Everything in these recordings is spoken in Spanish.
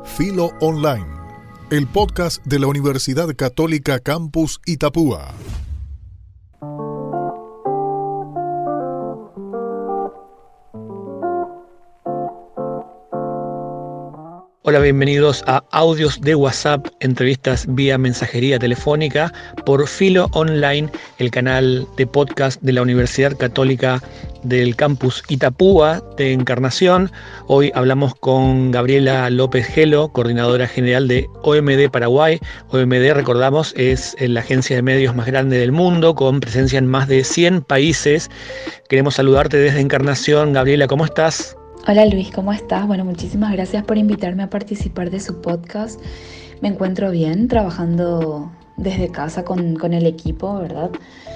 Filo Online, el podcast de la Universidad Católica Campus Itapúa. Hola, bienvenidos a Audios de WhatsApp, entrevistas vía mensajería telefónica por Filo Online, el canal de podcast de la Universidad Católica del Campus Itapúa de Encarnación. Hoy hablamos con Gabriela López Gelo, coordinadora general de OMD Paraguay. OMD, recordamos, es la agencia de medios más grande del mundo, con presencia en más de 100 países. Queremos saludarte desde Encarnación. Gabriela, ¿cómo estás? Hola Luis, ¿cómo estás? Bueno, muchísimas gracias por invitarme a participar de su podcast. Me encuentro bien, trabajando desde casa con el equipo, ¿verdad?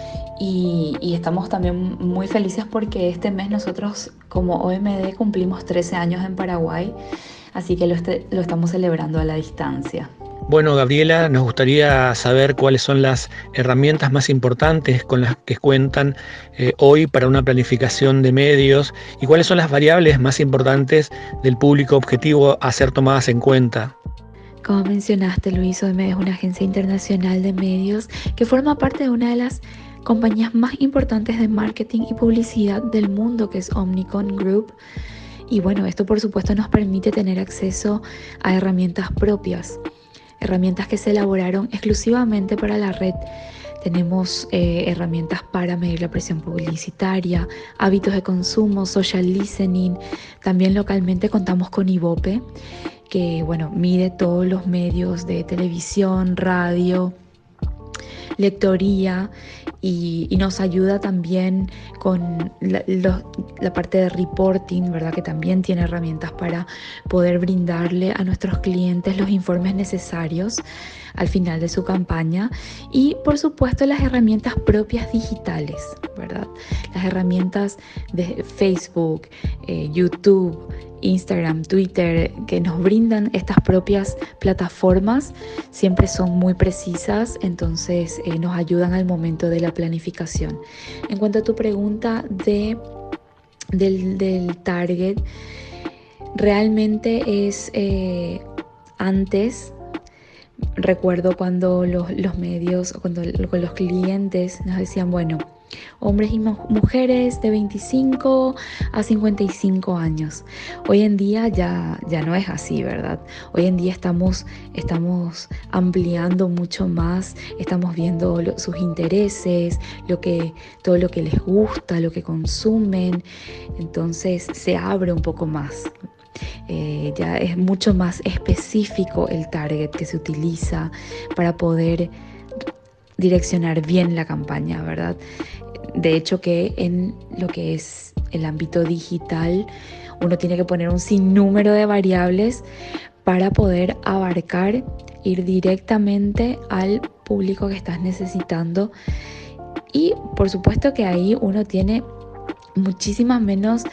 Y estamos también muy felices porque este mes nosotros como OMD cumplimos 13 años en Paraguay, así que lo estamos celebrando a la distancia. Bueno, Gabriela, nos gustaría saber cuáles son las herramientas más importantes con las que cuentan hoy para una planificación de medios y cuáles son las variables más importantes del público objetivo a ser tomadas en cuenta. Como mencionaste, Luis, OMD es una agencia internacional de medios que forma parte de una de las compañías más importantes de marketing y publicidad del mundo, que es Omnicom Group. Y bueno, esto por supuesto nos permite tener acceso a herramientas propias. Herramientas que se elaboraron exclusivamente para la red. Tenemos herramientas para medir la presión publicitaria, hábitos de consumo, social listening. También localmente contamos con Ibope, que mide todos los medios de televisión, radio, lectoría y nos ayuda también con la parte de reporting, ¿verdad? Que también tiene herramientas para poder brindarle a nuestros clientes los informes necesarios al final de su campaña y por supuesto las herramientas propias digitales, ¿verdad? Las herramientas de Facebook, YouTube, Instagram, Twitter, que nos brindan estas propias plataformas, siempre son muy precisas, entonces nos ayudan al momento de la planificación. En cuanto a tu pregunta del target, realmente es antes. Recuerdo cuando los medios, cuando los clientes nos decían, hombres y mujeres de 25 a 55 años. Hoy en día ya no es así, ¿verdad? Hoy en día estamos ampliando mucho más, estamos viendo sus intereses, todo lo que les gusta, lo que consumen. Entonces se abre un poco más. Ya es mucho más específico el target que se utiliza para poder direccionar bien la campaña, ¿verdad? De hecho que en lo que es el ámbito digital uno tiene que poner un sinnúmero de variables para poder abarcar, ir directamente al público que estás necesitando y por supuesto que ahí uno tiene muchísimas menos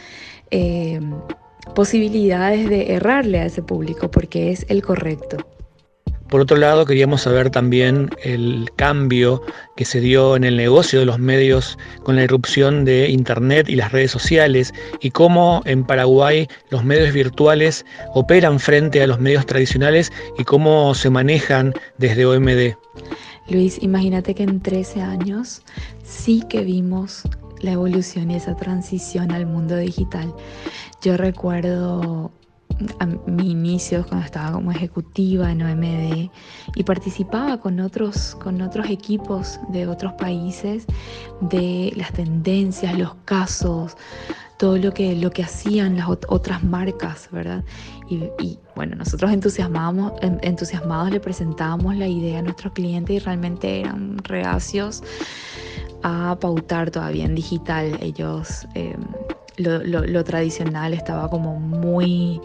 posibilidades de errarle a ese público porque es el correcto. Por otro lado, queríamos saber también el cambio que se dio en el negocio de los medios con la irrupción de Internet y las redes sociales y cómo en Paraguay los medios virtuales operan frente a los medios tradicionales y cómo se manejan desde OMD. Luis, imagínate que en 13 años sí que vimos la evolución y esa transición al mundo digital. Yo recuerdo a mi inicio cuando estaba como ejecutiva en OMD y participaba con otros equipos de otros países de las tendencias, los casos, todo lo que hacían las otras marcas, ¿verdad? Y nosotros entusiasmados le presentábamos la idea a nuestros clientes y realmente eran reacios a pautar todavía en digital. Ellos lo tradicional estaba como muy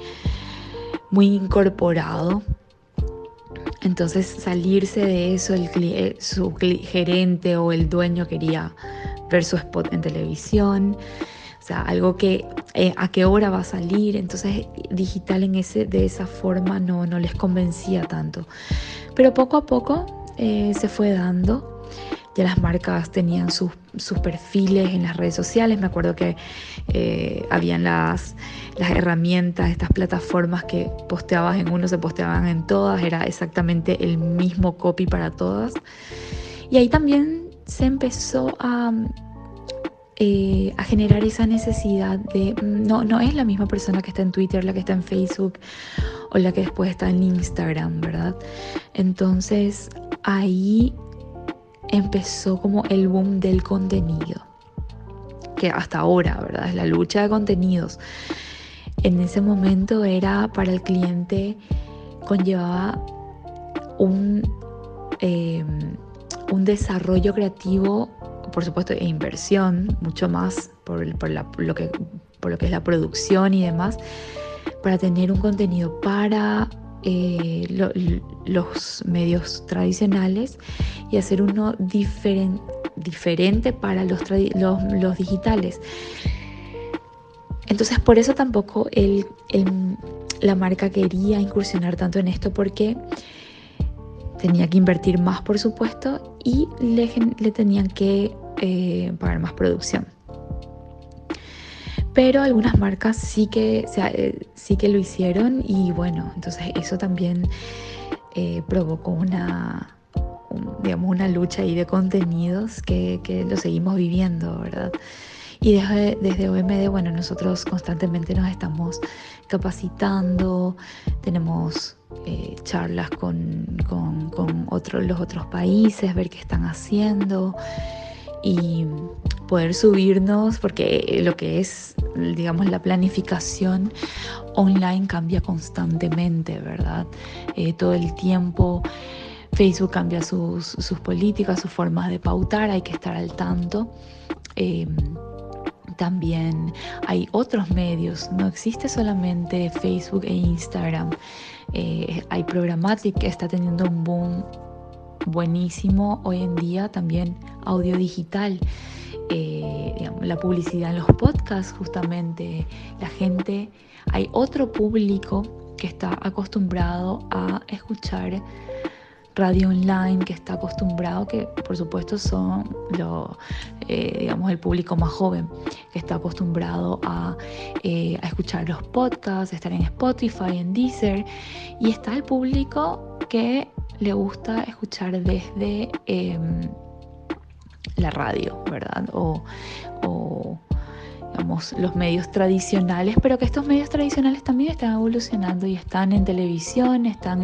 incorporado. Entonces salirse de eso, su gerente o el dueño quería ver su spot en televisión, o sea, algo que a qué hora va a salir. Entonces digital de esa forma no les convencía tanto. Pero poco a poco se fue dando. Ya las marcas tenían sus perfiles en las redes sociales. Me acuerdo que habían las herramientas, estas plataformas que posteabas en uno, se posteaban en todas. Era exactamente el mismo copy para todas. Y ahí también se empezó a generar esa necesidad de... No es la misma persona que está en Twitter, la que está en Facebook o la que después está en Instagram, ¿verdad? Entonces ahí empezó como el boom del contenido, que hasta ahora, ¿verdad? Es la lucha de contenidos. En ese momento era para el cliente, conllevaba un desarrollo creativo, por supuesto, e inversión, mucho más por lo que es la producción y demás, para tener un contenido para los medios tradicionales y hacer uno diferente para los digitales. Entonces, por eso tampoco la marca quería incursionar tanto en esto, porque tenía que invertir más, por supuesto, y le tenían que pagar más producción. Pero algunas marcas sí que lo hicieron, y bueno, entonces eso también provocó una lucha ahí de contenidos que lo seguimos viviendo, ¿verdad? Y desde OMD, bueno, nosotros constantemente nos estamos capacitando, tenemos charlas con los otros países, ver qué están haciendo y poder subirnos, porque lo que es, digamos, la planificación online cambia constantemente, ¿verdad? Todo el tiempo Facebook cambia sus políticas, sus formas de pautar, hay que estar al tanto. También hay otros medios, no existe solamente Facebook e Instagram. Hay Programmatic que está teniendo un boom buenísimo hoy en día, también audio digital, la publicidad en los podcasts, justamente la gente, hay otro público que está acostumbrado a escuchar radio online, que está acostumbrado, que por supuesto son el público más joven, que está acostumbrado a escuchar los podcasts, estar en Spotify, en Deezer, y está el público que le gusta escuchar desde la radio, ¿verdad? O digamos, los medios tradicionales, pero que estos medios tradicionales también están evolucionando y están en televisión,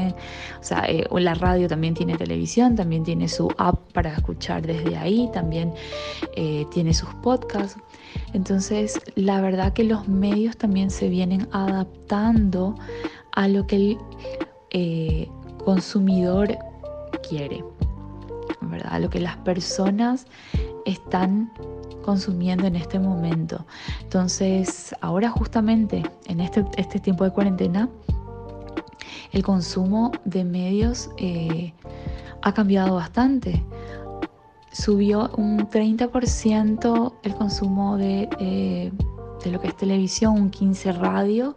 la radio también tiene televisión, también tiene su app para escuchar desde ahí, también tiene sus podcasts. Entonces, la verdad que los medios también se vienen adaptando a lo que el consumidor quiere, ¿verdad? A lo que las personas están consumiendo en este momento. Entonces, ahora justamente en este tiempo de cuarentena, el consumo de medios ha cambiado bastante. Subió un 30% el consumo de lo que es televisión, un 15% radio,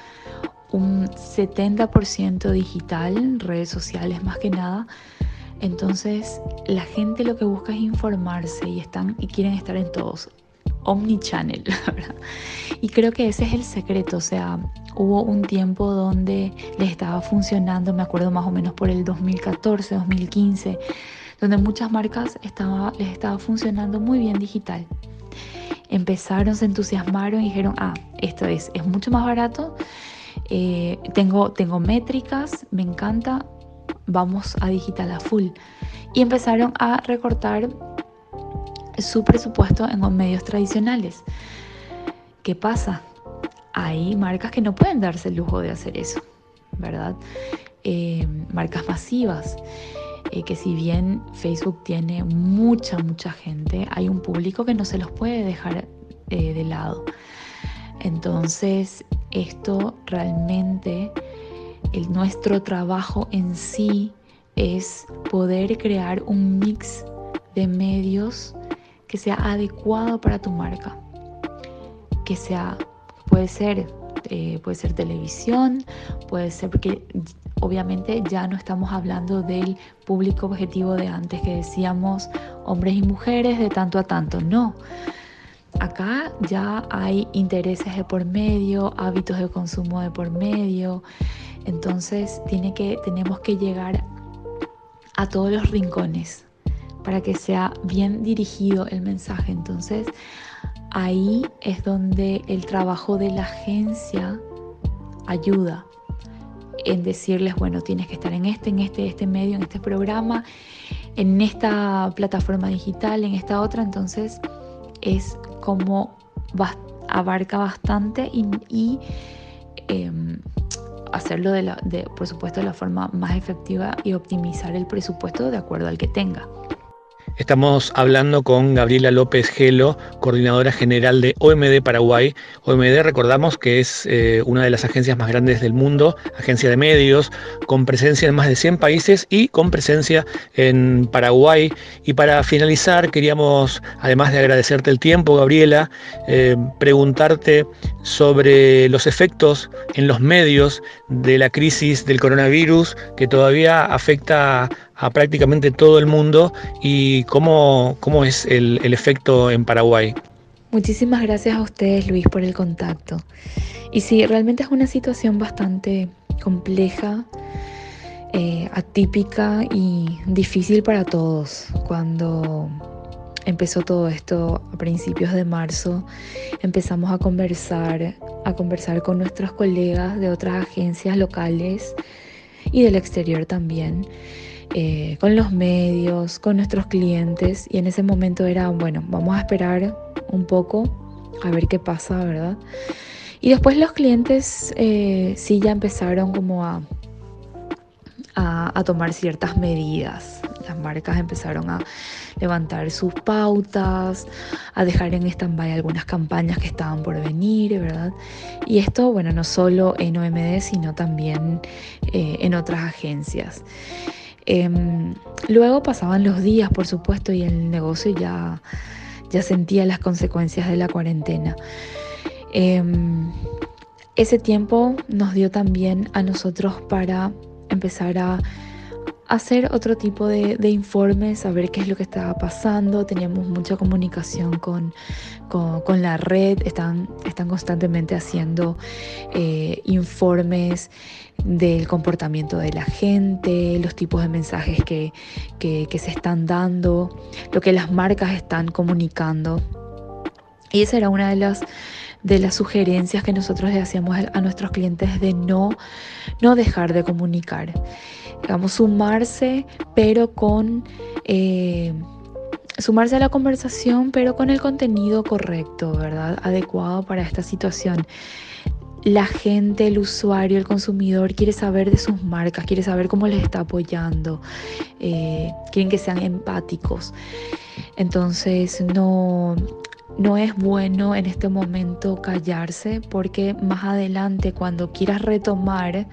un 70% digital, redes sociales más que nada. Entonces la gente lo que busca es informarse y quieren estar en todos, omnichannel, ¿verdad? Y creo que ese es el secreto. O sea, hubo un tiempo donde les estaba funcionando, me acuerdo más o menos por el 2014, 2015, donde muchas marcas les estaba funcionando muy bien digital. Empezaron, se entusiasmaron y dijeron, esto es mucho más barato, tengo métricas, me encanta, vamos a digital a full. Y empezaron a recortar su presupuesto en los medios tradicionales. ¿Qué pasa? Hay marcas que no pueden darse el lujo de hacer eso, ¿verdad? Marcas masivas, que si bien Facebook tiene mucha gente, hay un público que no se los puede dejar de lado. Entonces, esto realmente, nuestro trabajo en sí es poder crear un mix de medios que sea adecuado para tu marca, que sea, puede ser televisión, puede ser, porque obviamente ya no estamos hablando del público objetivo de antes que decíamos hombres y mujeres de tanto a tanto, no. Acá ya hay intereses de por medio, hábitos de consumo de por medio, entonces tenemos que llegar a todos los rincones para que sea bien dirigido el mensaje. Entonces ahí es donde el trabajo de la agencia ayuda en decirles, bueno, tienes que estar en este medio, en este programa, en esta plataforma digital, en esta otra. Entonces es como abarca bastante y hacerlo por supuesto de la forma más efectiva y optimizar el presupuesto de acuerdo al que tenga. Estamos hablando con Gabriela López Gelo, coordinadora general de OMD Paraguay. OMD, recordamos que es una de las agencias más grandes del mundo, agencia de medios, con presencia en más de 100 países y con presencia en Paraguay. Y para finalizar, queríamos, además de agradecerte el tiempo, Gabriela, preguntarte sobre los efectos en los medios de la crisis del coronavirus, que todavía afecta a prácticamente todo el mundo, y cómo es el efecto en Paraguay. Muchísimas gracias a ustedes, Luis, por el contacto. Y sí, realmente es una situación bastante compleja, atípica y difícil para todos. Cuando empezó todo esto a principios de marzo, empezamos a conversar con nuestros colegas de otras agencias locales y del exterior también, con los medios, con nuestros clientes, y en ese momento era, bueno, vamos a esperar un poco a ver qué pasa, ¿verdad? Y después los clientes sí ya empezaron como a tomar ciertas medidas. Las marcas empezaron a levantar sus pautas, a dejar en stand-by algunas campañas que estaban por venir, ¿verdad? Y esto, bueno, no solo en OMD, sino también en otras agencias. Luego pasaban los días, por supuesto, y el negocio ya sentía las consecuencias de la cuarentena. Ese tiempo nos dio también a nosotros para empezar a hacer otro tipo de informes, saber qué es lo que estaba pasando. Teníamos mucha comunicación con la red, están constantemente haciendo informes del comportamiento de la gente, los tipos de mensajes que se están dando, lo que las marcas están comunicando. Y esa era una de las sugerencias que nosotros le hacíamos a nuestros clientes, de no dejar de comunicar. Digamos, sumarse a la conversación, pero con el contenido correcto, ¿verdad? Adecuado para esta situación. La gente, el usuario, el consumidor quiere saber de sus marcas, quiere saber cómo les está apoyando, quieren que sean empáticos. Entonces no es bueno en este momento callarse, porque más adelante, cuando quieras retomar,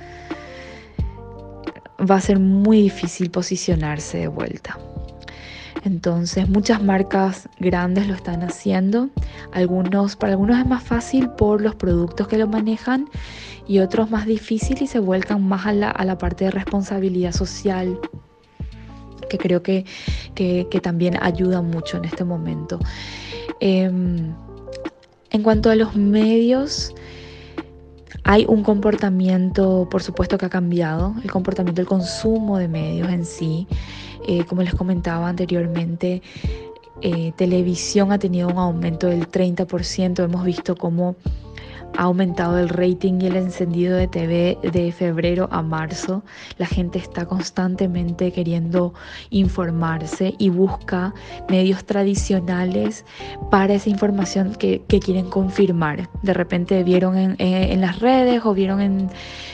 va a ser muy difícil posicionarse de vuelta. Entonces muchas marcas grandes lo están haciendo. Para algunos es más fácil por los productos que lo manejan, y otros más difícil, y se vuelcan más a la parte de responsabilidad social, que creo que también ayuda mucho en este momento. En cuanto a los medios, hay un comportamiento, por supuesto, que ha cambiado, el comportamiento del consumo de medios en sí. Como les comentaba anteriormente, televisión ha tenido un aumento del 30%. Hemos visto cómo ha aumentado el rating y el encendido de TV de febrero a marzo. La gente está constantemente queriendo informarse y busca medios tradicionales para esa información que quieren confirmar. De repente vieron en las redes o vieron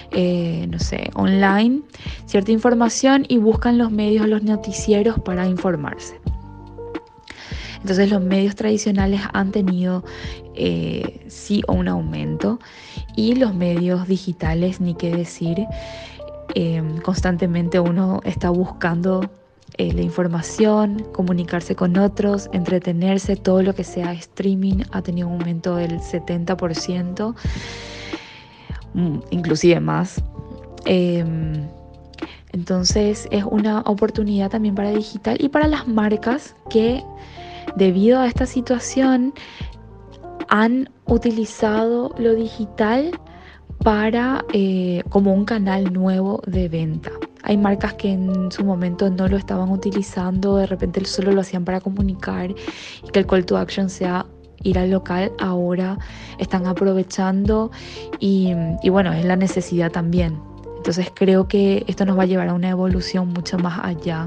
online cierta información, y buscan los medios, los noticieros, para informarse. Entonces los medios tradicionales han tenido sí un aumento, y los medios digitales, ni qué decir. Constantemente uno está buscando la información, comunicarse con otros, entretenerse. Todo lo que sea streaming ha tenido un aumento del 70%, inclusive más. Entonces es una oportunidad también para digital y para las marcas que debido a esta situación han utilizado lo digital para como un canal nuevo de venta. Hay marcas que en su momento no lo estaban utilizando, de repente solo lo hacían para comunicar y que el call to action sea ir al local. Ahora están aprovechando y bueno, es la necesidad también. Entonces creo que esto nos va a llevar a una evolución mucho más allá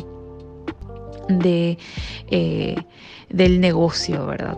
del negocio, ¿verdad?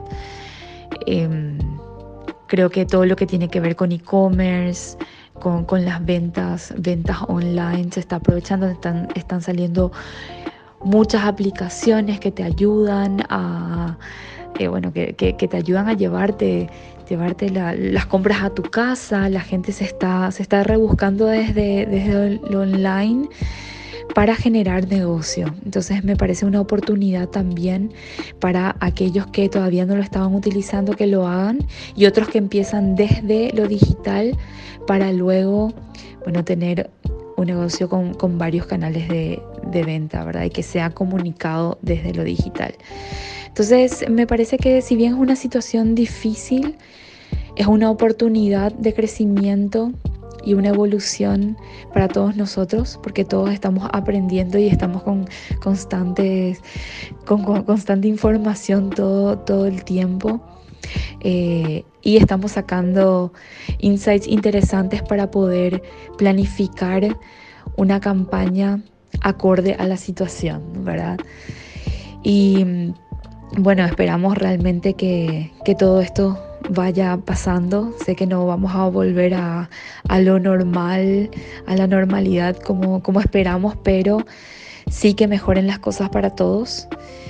Creo que todo lo que tiene que ver con e-commerce, con las ventas online se está aprovechando. Están saliendo muchas aplicaciones que te ayudan a que te ayudan a llevarte las compras a tu casa. La gente se está rebuscando desde lo online para generar negocio. Entonces me parece una oportunidad también para aquellos que todavía no lo estaban utilizando, que lo hagan, y otros que empiezan desde lo digital para luego, bueno, tener un negocio con varios canales de venta, ¿verdad? Y que sea comunicado desde lo digital. Entonces me parece que si bien es una situación difícil, es una oportunidad de crecimiento y una evolución para todos nosotros, porque todos estamos aprendiendo y estamos con constante información todo el tiempo, y estamos sacando insights interesantes para poder planificar una campaña acorde a la situación, ¿verdad? Y bueno, esperamos realmente que todo esto vaya pasando. Sé que no vamos a volver a lo normal, a la normalidad como esperamos, pero sí que mejoren las cosas para todos,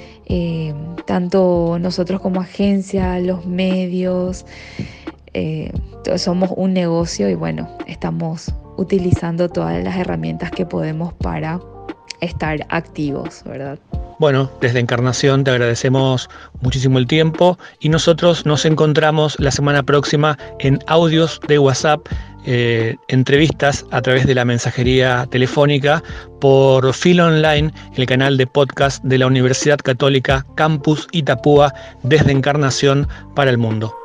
tanto nosotros como agencia, los medios, somos un negocio y bueno, estamos utilizando todas las herramientas que podemos para estar activos, ¿verdad? Bueno, desde Encarnación te agradecemos muchísimo el tiempo y nosotros nos encontramos la semana próxima en Audios de WhatsApp, entrevistas a través de la mensajería telefónica por Filo Online, el canal de podcast de la Universidad Católica Campus Itapúa, desde Encarnación para el mundo.